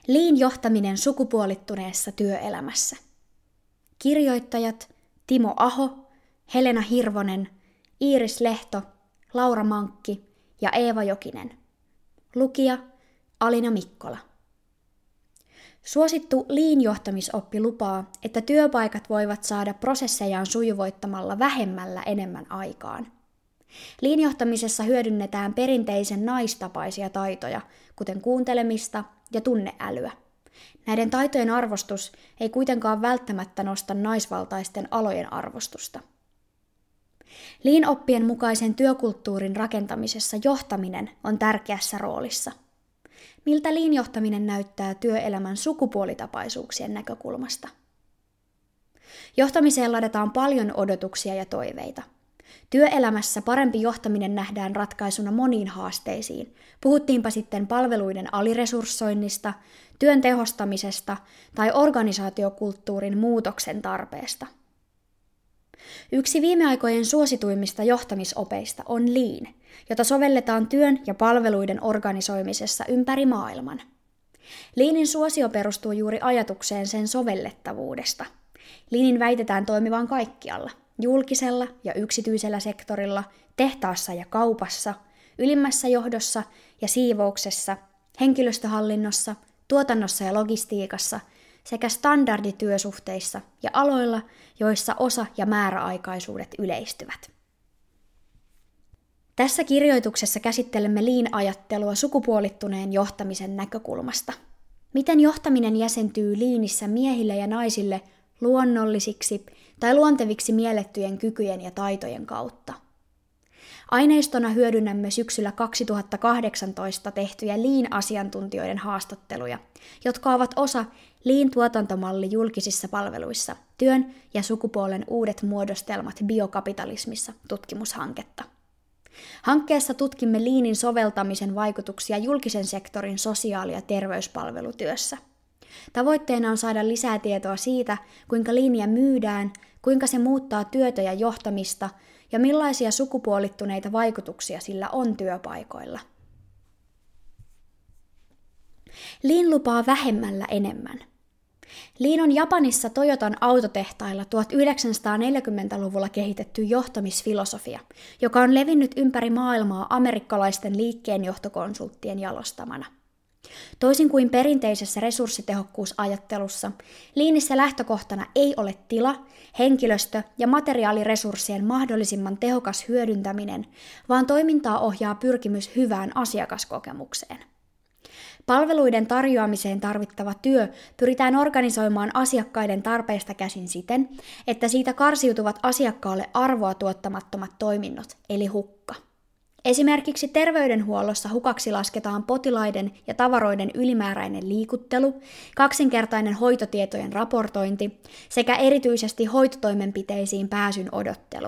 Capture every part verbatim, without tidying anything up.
Lean-johtaminen sukupuolittuneessa työelämässä. Kirjoittajat Timo Aho, Helena Hirvonen, Iiris Lehto, Laura Mankki ja Eeva Jokinen. Lukija Alina Mikkola. Suosittu Lean-johtamisoppi lupaa, että työpaikat voivat saada prosessejaan sujuvoittamalla vähemmällä enemmän aikaan. Lean-johtamisessa hyödynnetään perinteisen naistapaisia taitoja, kuten kuuntelemista ja tunneälyä. Näiden taitojen arvostus ei kuitenkaan välttämättä nosta naisvaltaisten alojen arvostusta. Lean-oppien mukaisen työkulttuurin rakentamisessa johtaminen on tärkeässä roolissa. Miltä Lean-johtaminen näyttää työelämän sukupuolitapaisuuksien näkökulmasta? Johtamiseen ladataan paljon odotuksia ja toiveita. Työelämässä parempi johtaminen nähdään ratkaisuna moniin haasteisiin, puhuttiinpa sitten palveluiden aliresurssoinnista, työn tehostamisesta tai organisaatiokulttuurin muutoksen tarpeesta. Yksi viime aikojen suosituimmista johtamisopeista on Lean, jota sovelletaan työn ja palveluiden organisoimisessa ympäri maailman. Leanin suosio perustuu juuri ajatukseen sen sovellettavuudesta. Leanin väitetään toimivan kaikkialla, julkisella ja yksityisellä sektorilla, tehtaassa ja kaupassa, ylimmässä johdossa ja siivouksessa, henkilöstöhallinnossa, tuotannossa ja logistiikassa sekä standardityösuhteissa ja aloilla, joissa osa- ja määräaikaisuudet yleistyvät. Tässä kirjoituksessa käsittelemme Lean-ajattelua sukupuolittuneen johtamisen näkökulmasta. Miten johtaminen jäsentyy Leanissä miehille ja naisille luonnollisiksi tai luonteviksi miellettyjen kykyjen ja taitojen kautta. Aineistona hyödynnämme syksyllä kaksituhattakahdeksantoista tehtyjä Lean-asiantuntijoiden haastatteluja, jotka ovat osa Lean-tuotantomalli julkisissa palveluissa, työn ja sukupuolen uudet muodostelmat biokapitalismissa tutkimushanketta. Hankkeessa tutkimme Leanin soveltamisen vaikutuksia julkisen sektorin sosiaali- ja terveyspalvelutyössä. Tavoitteena on saada lisää tietoa siitä, kuinka Leania myydään, kuinka se muuttaa työtä ja johtamista ja millaisia sukupuolittuneita vaikutuksia sillä on työpaikoilla. Lean lupaa vähemmällä enemmän. Lean on Japanissa Toyotan autotehtailla tuhatyhdeksänsataaneljäkymmentäluvulla kehitetty johtamisfilosofia, joka on levinnyt ympäri maailmaa amerikkalaisten liikkeenjohtokonsulttien jalostamana. Toisin kuin perinteisessä resurssitehokkuusajattelussa, Leanissä lähtökohtana ei ole tila, henkilöstö ja materiaaliresurssien mahdollisimman tehokas hyödyntäminen, vaan toimintaa ohjaa pyrkimys hyvään asiakaskokemukseen. Palveluiden tarjoamiseen tarvittava työ pyritään organisoimaan asiakkaiden tarpeista käsin siten, että siitä karsiutuvat asiakkaalle arvoa tuottamattomat toiminnot, eli hukka. Esimerkiksi terveydenhuollossa hukaksi lasketaan potilaiden ja tavaroiden ylimääräinen liikuttelu, kaksinkertainen hoitotietojen raportointi sekä erityisesti hoitotoimenpiteisiin pääsyn odottelu.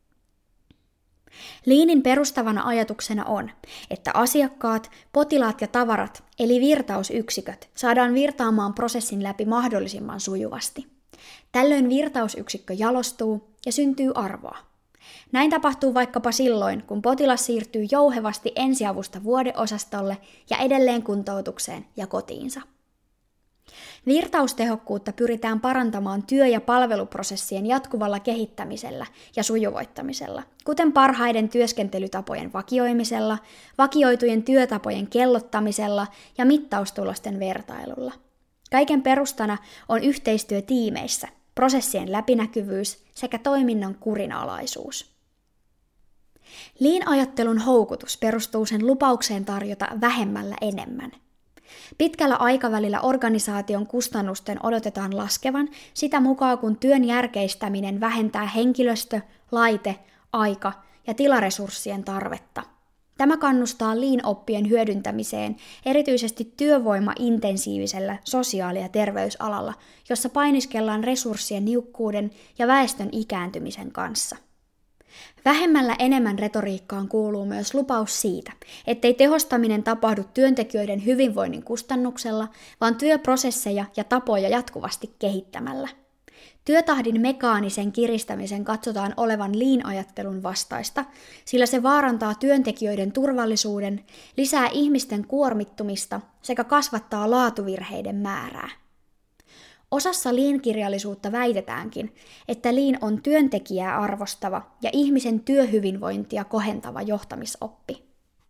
Leanin perustavana ajatuksena on, että asiakkaat, potilaat ja tavarat, eli virtausyksiköt, saadaan virtaamaan prosessin läpi mahdollisimman sujuvasti. Tällöin virtausyksikkö jalostuu ja syntyy arvoa. Näin tapahtuu vaikkapa silloin, kun potilas siirtyy jouhevasti ensiavusta vuodeosastolle ja edelleen kuntoutukseen ja kotiinsa. Virtaustehokkuutta pyritään parantamaan työ- ja palveluprosessien jatkuvalla kehittämisellä ja sujuvoittamisella, kuten parhaiden työskentelytapojen vakioimisella, vakioitujen työtapojen kellottamisella ja mittaustulosten vertailulla. Kaiken perustana on yhteistyö tiimeissä, prosessien läpinäkyvyys sekä toiminnan kurinalaisuus. Lean-ajattelun houkutus perustuu sen lupaukseen tarjota vähemmällä enemmän. Pitkällä aikavälillä organisaation kustannusten odotetaan laskevan sitä mukaan, kun työn järkeistäminen vähentää henkilöstö-, laite-, aika- ja tilaresurssien tarvetta. Tämä kannustaa Lean-oppien hyödyntämiseen erityisesti työvoimaintensiivisellä sosiaali- ja terveysalalla, jossa painiskellaan resurssien niukkuuden ja väestön ikääntymisen kanssa. Vähemmällä enemmän retoriikkaan kuuluu myös lupaus siitä, ettei tehostaminen tapahdu työntekijöiden hyvinvoinnin kustannuksella, vaan työprosesseja ja tapoja jatkuvasti kehittämällä. Työtahdin mekaanisen kiristämisen katsotaan olevan lean-ajattelun vastaista, sillä se vaarantaa työntekijöiden turvallisuuden, lisää ihmisten kuormittumista sekä kasvattaa laatuvirheiden määrää. Osassa lean-kirjallisuutta väitetäänkin, että lean on työntekijää arvostava ja ihmisen työhyvinvointia kohentava johtamisoppi.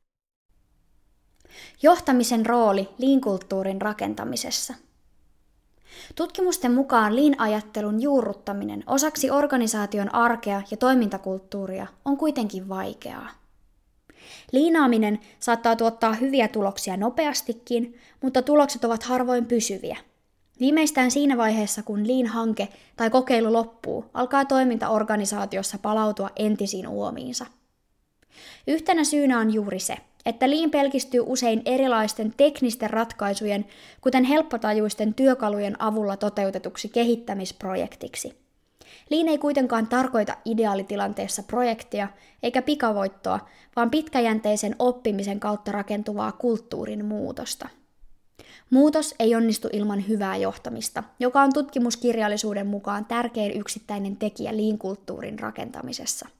Johtamisen rooli lean-kulttuurin rakentamisessa. Tutkimusten mukaan lean-ajattelun juurruttaminen osaksi organisaation arkea ja toimintakulttuuria on kuitenkin vaikeaa. Liinaaminen saattaa tuottaa hyviä tuloksia nopeastikin, mutta tulokset ovat harvoin pysyviä. Viimeistään siinä vaiheessa, kun lean-hanke tai kokeilu loppuu, alkaa toiminta organisaatiossa palautua entisiin uomiinsa. Yhtenä syynä on juuri se, että lean pelkistyy usein erilaisten teknisten ratkaisujen, kuten helppotajuisten työkalujen avulla toteutetuksi kehittämisprojektiksi. Lean ei kuitenkaan tarkoita ideaalitilanteessa projektia eikä pikavoittoa, vaan pitkäjänteisen oppimisen kautta rakentuvaa kulttuurin muutosta. Muutos ei onnistu ilman hyvää johtamista, joka on tutkimuskirjallisuuden mukaan tärkein yksittäinen tekijä lean-kulttuurin rakentamisessa.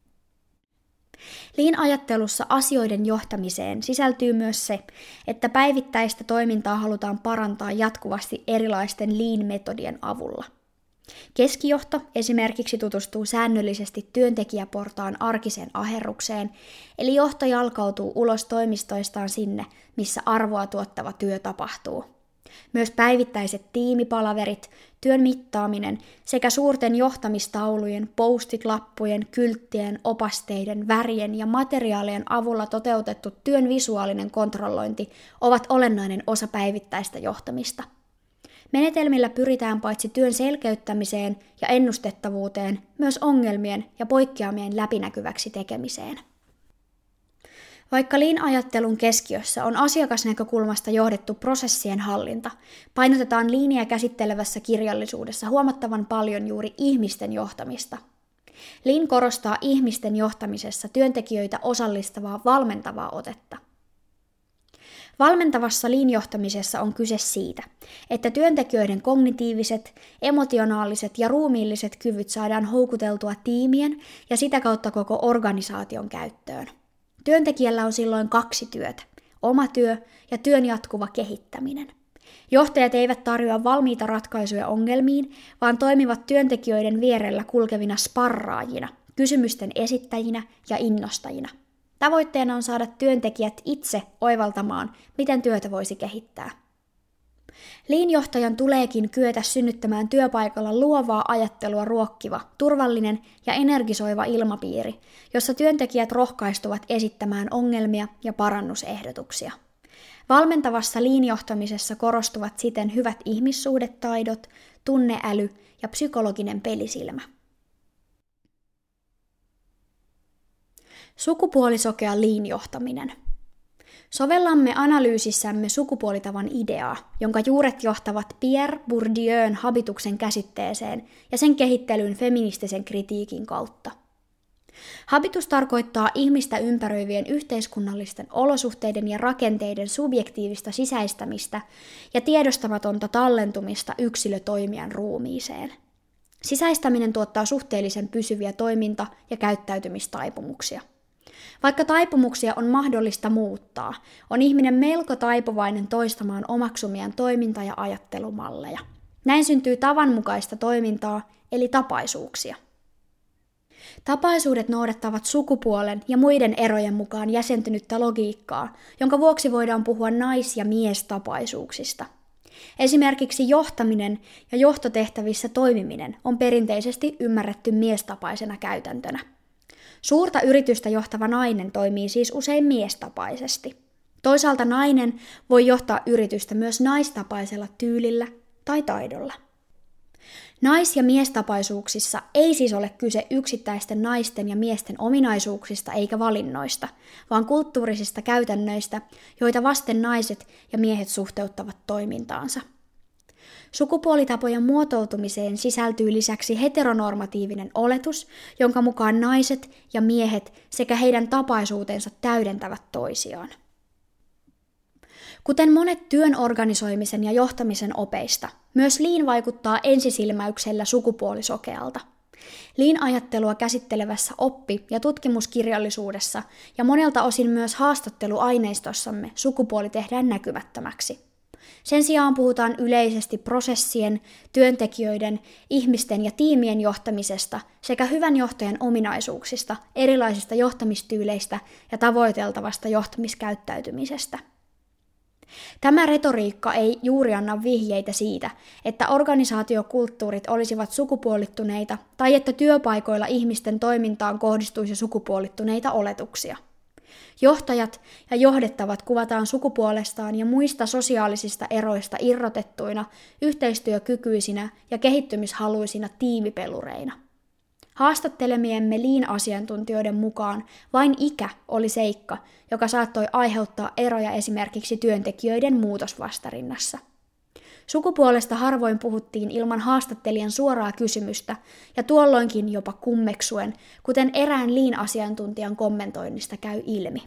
Lean-ajattelussa asioiden johtamiseen sisältyy myös se, että päivittäistä toimintaa halutaan parantaa jatkuvasti erilaisten lean-metodien avulla. Keskijohto esimerkiksi tutustuu säännöllisesti työntekijäportaan arkiseen aherrukseen, eli johto jalkautuu ulos toimistoistaan sinne, missä arvoa tuottava työ tapahtuu. Myös päivittäiset tiimipalaverit, työn mittaaminen sekä suurten johtamistaulujen, post-it-lappujen, kylttien, opasteiden, värien ja materiaalien avulla toteutettu työn visuaalinen kontrollointi ovat olennainen osa päivittäistä johtamista. Menetelmillä pyritään paitsi työn selkeyttämiseen ja ennustettavuuteen, myös ongelmien ja poikkeamien läpinäkyväksi tekemiseen. Vaikka lean-ajattelun keskiössä on asiakasnäkökulmasta johdettu prosessien hallinta, painotetaan leania käsittelevässä kirjallisuudessa huomattavan paljon juuri ihmisten johtamista. Lean korostaa ihmisten johtamisessa työntekijöitä osallistavaa valmentavaa otetta. Valmentavassa lean-johtamisessa on kyse siitä, että työntekijöiden kognitiiviset, emotionaaliset ja ruumiilliset kyvyt saadaan houkuteltua tiimien ja sitä kautta koko organisaation käyttöön. Työntekijällä on silloin kaksi työtä, oma työ ja työn jatkuva kehittäminen. Johtajat eivät tarjoa valmiita ratkaisuja ongelmiin, vaan toimivat työntekijöiden vierellä kulkevina sparraajina, kysymysten esittäjinä ja innostajina. Tavoitteena on saada työntekijät itse oivaltamaan, miten työtä voisi kehittää. Lean-johtajan tuleekin kyetä synnyttämään työpaikalla luovaa ajattelua ruokkiva, turvallinen ja energisoiva ilmapiiri, jossa työntekijät rohkaistuvat esittämään ongelmia ja parannusehdotuksia. Valmentavassa lean-johtamisessa korostuvat siten hyvät ihmissuhdetaidot, tunneäly ja psykologinen pelisilmä. Sukupuolisokea lean-johtaminen. Sovellamme analyysissämme sukupuolitavan ideaa, jonka juuret johtavat Pierre Bourdieun habituksen käsitteeseen ja sen kehittelyyn feministisen kritiikin kautta. Habitus tarkoittaa ihmistä ympäröivien yhteiskunnallisten olosuhteiden ja rakenteiden subjektiivista sisäistämistä ja tiedostamatonta tallentumista yksilötoimijan ruumiiseen. Sisäistäminen tuottaa suhteellisen pysyviä toiminta- ja käyttäytymistaipumuksia. Vaikka taipumuksia on mahdollista muuttaa, on ihminen melko taipuvainen toistamaan omaksumiaan toiminta- ja ajattelumalleja. Näin syntyy tavanmukaista toimintaa, eli tapaisuuksia. Tapaisuudet noudattavat sukupuolen ja muiden erojen mukaan jäsentynyttä logiikkaa, jonka vuoksi voidaan puhua nais- ja miestapaisuuksista. Esimerkiksi johtaminen ja johtotehtävissä toimiminen on perinteisesti ymmärretty miestapaisena käytäntönä. Suurta yritystä johtava nainen toimii siis usein miestapaisesti. Toisaalta nainen voi johtaa yritystä myös naistapaisella tyylillä tai taidolla. Nais- ja miestapaisuuksissa ei siis ole kyse yksittäisten naisten ja miesten ominaisuuksista eikä valinnoista, vaan kulttuurisista käytännöistä, joita vasten naiset ja miehet suhteuttavat toimintaansa. Sukupuolitapojen muotoutumiseen sisältyy lisäksi heteronormatiivinen oletus, jonka mukaan naiset ja miehet sekä heidän tapaisuutensa täydentävät toisiaan. Kuten monet työn organisoimisen ja johtamisen opeista, myös Lean vaikuttaa ensisilmäyksellä sukupuolisokealta. Lean-ajattelua käsittelevässä oppi- ja tutkimuskirjallisuudessa ja monelta osin myös haastatteluaineistossamme sukupuoli tehdään näkymättömäksi. Sen sijaan puhutaan yleisesti prosessien, työntekijöiden, ihmisten ja tiimien johtamisesta sekä hyvän johtajan ominaisuuksista, erilaisista johtamistyyleistä ja tavoiteltavasta johtamiskäyttäytymisestä. Tämä retoriikka ei juuri anna vihjeitä siitä, että organisaatiokulttuurit olisivat sukupuolittuneita tai että työpaikoilla ihmisten toimintaan kohdistuisi sukupuolittuneita oletuksia. Johtajat ja johdettavat kuvataan sukupuolestaan ja muista sosiaalisista eroista irrotettuina, yhteistyökykyisinä ja kehittymishaluisina tiimipelureina. Haastattelemiemme Lean-asiantuntijoiden mukaan vain ikä oli seikka, joka saattoi aiheuttaa eroja esimerkiksi työntekijöiden muutosvastarinnassa. Sukupuolesta harvoin puhuttiin ilman haastattelijan suoraa kysymystä ja tuolloinkin jopa kummeksuen, kuten erään Lean-asiantuntijan kommentoinnista käy ilmi.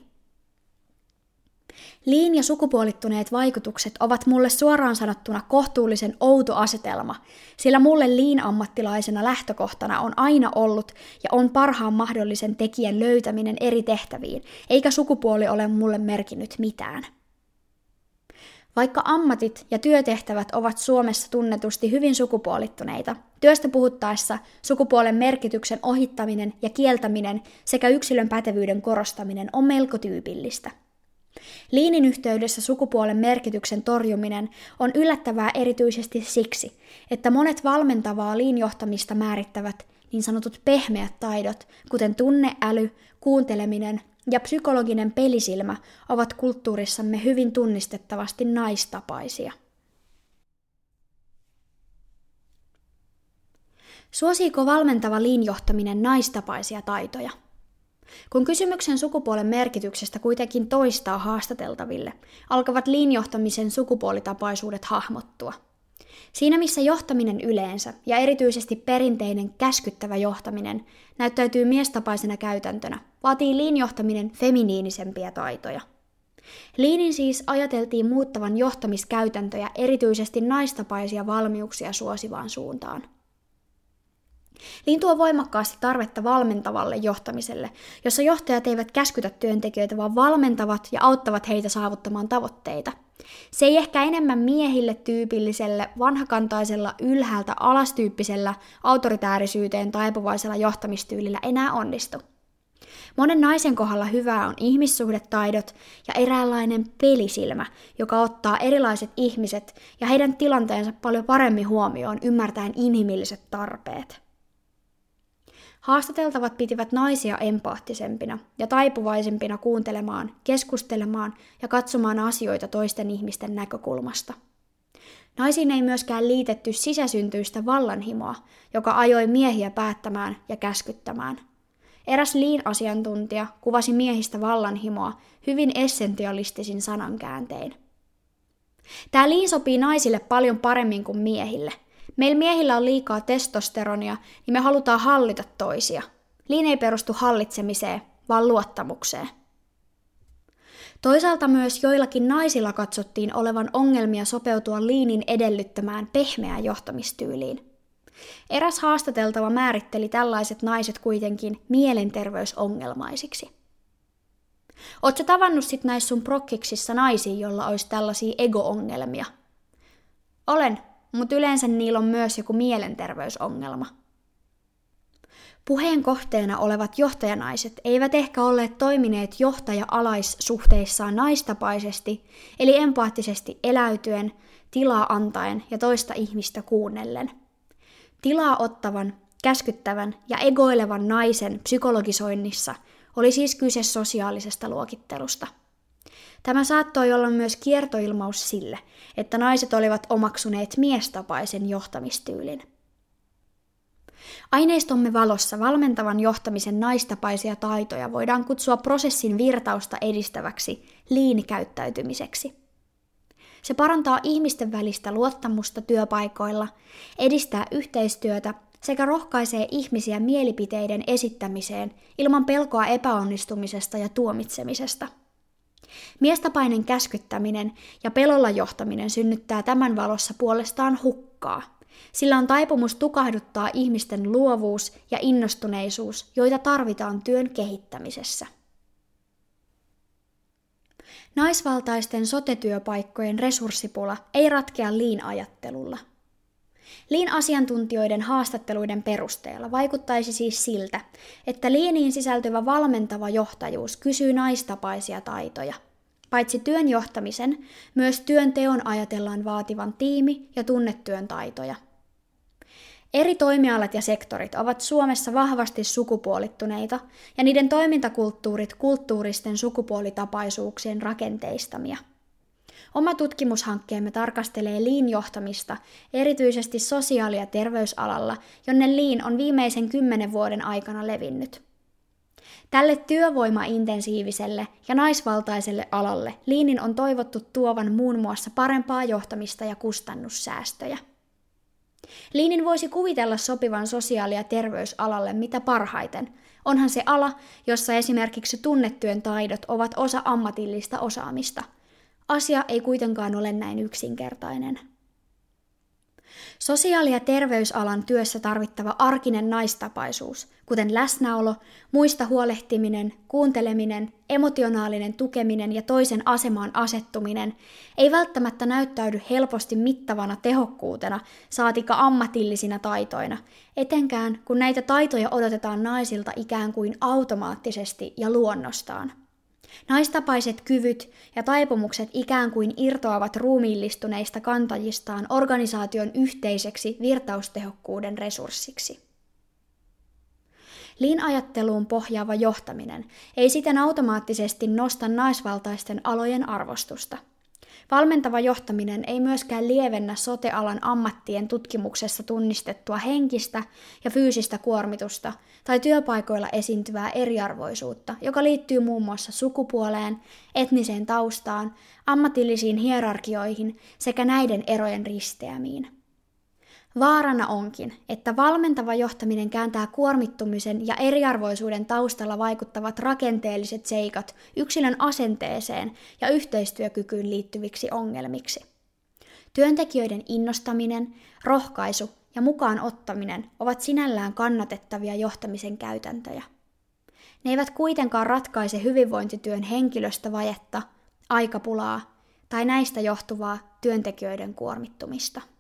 Lean ja sukupuolittuneet vaikutukset ovat mulle suoraan sanottuna kohtuullisen outo asetelma, sillä mulle Lean-ammattilaisena lähtökohtana on aina ollut ja on parhaan mahdollisen tekijän löytäminen eri tehtäviin, eikä sukupuoli ole mulle merkinnyt mitään. Vaikka ammatit ja työtehtävät ovat Suomessa tunnetusti hyvin sukupuolittuneita, työstä puhuttaessa sukupuolen merkityksen ohittaminen ja kieltäminen sekä yksilön pätevyyden korostaminen on melko tyypillistä. Leanin yhteydessä sukupuolen merkityksen torjuminen on yllättävää erityisesti siksi, että monet valmentavaa Lean-johtamista määrittävät niin sanotut pehmeät taidot, kuten tunneäly, kuunteleminen ja psykologinen pelisilmä, ovat kulttuurissamme hyvin tunnistettavasti naistapaisia. Suosiiko valmentava Lean-johtaminen naistapaisia taitoja? Kun kysymyksen sukupuolen merkityksestä kuitenkin toistaa haastateltaville, alkavat Lean-johtamisen sukupuolitapaisuudet hahmottua. Siinä missä johtaminen yleensä ja erityisesti perinteinen käskyttävä johtaminen näyttäytyy miestapaisena käytäntönä, vaatii Lean-johtaminen feminiinisempia taitoja. Leanin siis ajateltiin muuttavan johtamiskäytäntöjä erityisesti naistapaisia valmiuksia suosivaan suuntaan. Lean tuo voimakkaasti tarvetta valmentavalle johtamiselle, jossa johtajat eivät käskytä työntekijöitä, vaan valmentavat ja auttavat heitä saavuttamaan tavoitteita. Se ei ehkä enemmän miehille tyypilliselle, vanhakantaisella, ylhäältä alastyyppisellä, autoritäärisyyteen taipuvaisella johtamistyylillä enää onnistu. Monen naisen kohdalla hyvää on ihmissuhdetaidot ja eräänlainen pelisilmä, joka ottaa erilaiset ihmiset ja heidän tilanteensa paljon paremmin huomioon ymmärtäen inhimilliset tarpeet. Haastateltavat pitivät naisia empaattisempina ja taipuvaisempina kuuntelemaan, keskustelemaan ja katsomaan asioita toisten ihmisten näkökulmasta. Naisiin ei myöskään liitetty sisäsyntyistä vallanhimoa, joka ajoi miehiä päättämään ja käskyttämään. Eräs Lean-asiantuntija kuvasi miehistä vallanhimoa hyvin essentialistisin sanankääntein. Tämä Lean sopii naisille paljon paremmin kuin miehille. Meillä miehillä on liikaa testosteronia, niin me halutaan hallita toisia. Lean ei perustu hallitsemiseen, vaan luottamukseen. Toisaalta myös joillakin naisilla katsottiin olevan ongelmia sopeutua Leanin edellyttämään pehmeään johtamistyyliin. Eräs haastateltava määritteli tällaiset naiset kuitenkin mielenterveysongelmaisiksi. Ootko tavannut sit näissä sun prokkiksissa naisia, joilla olisi tällaisia ego-ongelmia? Olen, mutta yleensä niillä on myös joku mielenterveysongelma. Puheen kohteena olevat johtajanaiset eivät ehkä olleet toimineet johtaja-alaissuhteissaan naistapaisesti, eli empaattisesti eläytyen, tilaa antaen ja toista ihmistä kuunnellen. Tilaa ottavan, käskyttävän ja egoilevan naisen psykologisoinnissa oli siis kyse sosiaalisesta luokittelusta. Tämä saattoi olla myös kiertoilmaus sille, että naiset olivat omaksuneet miestapaisen johtamistyylin. Aineistomme valossa valmentavan johtamisen naistapaisia taitoja voidaan kutsua prosessin virtausta edistäväksi Lean-käyttäytymiseksi. Se parantaa ihmisten välistä luottamusta työpaikoilla, edistää yhteistyötä sekä rohkaisee ihmisiä mielipiteiden esittämiseen ilman pelkoa epäonnistumisesta ja tuomitsemisesta. Miestapainen käskyttäminen ja pelolla johtaminen synnyttää tämän valossa puolestaan hukkaa. Sillä on taipumus tukahduttaa ihmisten luovuus ja innostuneisuus, joita tarvitaan työn kehittämisessä. Naisvaltaisten sote-työpaikkojen resurssipula ei ratkea Lean-ajattelulla. Lean-asiantuntijoiden haastatteluiden perusteella vaikuttaisi siis siltä, että Leaniin sisältyvä valmentava johtajuus kysyy naistapaisia taitoja. Paitsi työn johtamisen, myös työn teon ajatellaan vaativan tiimi- ja tunnetyön taitoja. Eri toimialat ja sektorit ovat Suomessa vahvasti sukupuolittuneita ja niiden toimintakulttuurit kulttuuristen sukupuolitapaisuuksien rakenteistamia. Oma tutkimushankkeemme tarkastelee Lean-johtamista erityisesti sosiaali- ja terveysalalla, jonne Lean on viimeisen kymmenen vuoden aikana levinnyt. Tälle työvoimaintensiiviselle ja naisvaltaiselle alalle Leanin on toivottu tuovan muun muassa parempaa johtamista ja kustannussäästöjä. Leanin voisi kuvitella sopivan sosiaali- ja terveysalalle mitä parhaiten. Onhan se ala, jossa esimerkiksi tunnetyön taidot ovat osa ammatillista osaamista. Asia ei kuitenkaan ole näin yksinkertainen. Sosiaali- ja terveysalan työssä tarvittava arkinen naistapaisuus, kuten läsnäolo, muista huolehtiminen, kuunteleminen, emotionaalinen tukeminen ja toisen asemaan asettuminen, ei välttämättä näyttäydy helposti mittavana tehokkuutena, saatika ammatillisina taitoina, etenkään kun näitä taitoja odotetaan naisilta ikään kuin automaattisesti ja luonnostaan. Naistapaiset kyvyt ja taipumukset ikään kuin irtoavat ruumiillistuneista kantajistaan organisaation yhteiseksi virtaustehokkuuden resurssiksi. Lean-ajatteluun pohjaava johtaminen ei siten automaattisesti nosta naisvaltaisten alojen arvostusta. Valmentava johtaminen ei myöskään lievennä sote-alan ammattien tutkimuksessa tunnistettua henkistä ja fyysistä kuormitusta tai työpaikoilla esiintyvää eriarvoisuutta, joka liittyy muun muassa sukupuoleen, etniseen taustaan, ammatillisiin hierarkioihin sekä näiden erojen risteämiin. Vaarana onkin, että valmentava johtaminen kääntää kuormittumisen ja eriarvoisuuden taustalla vaikuttavat rakenteelliset seikat yksilön asenteeseen ja yhteistyökykyyn liittyviksi ongelmiksi. Työntekijöiden innostaminen, rohkaisu ja mukaan ottaminen ovat sinällään kannatettavia johtamisen käytäntöjä. Ne eivät kuitenkaan ratkaise hyvinvointityön henkilöstövajetta, aikapulaa tai näistä johtuvaa työntekijöiden kuormittumista.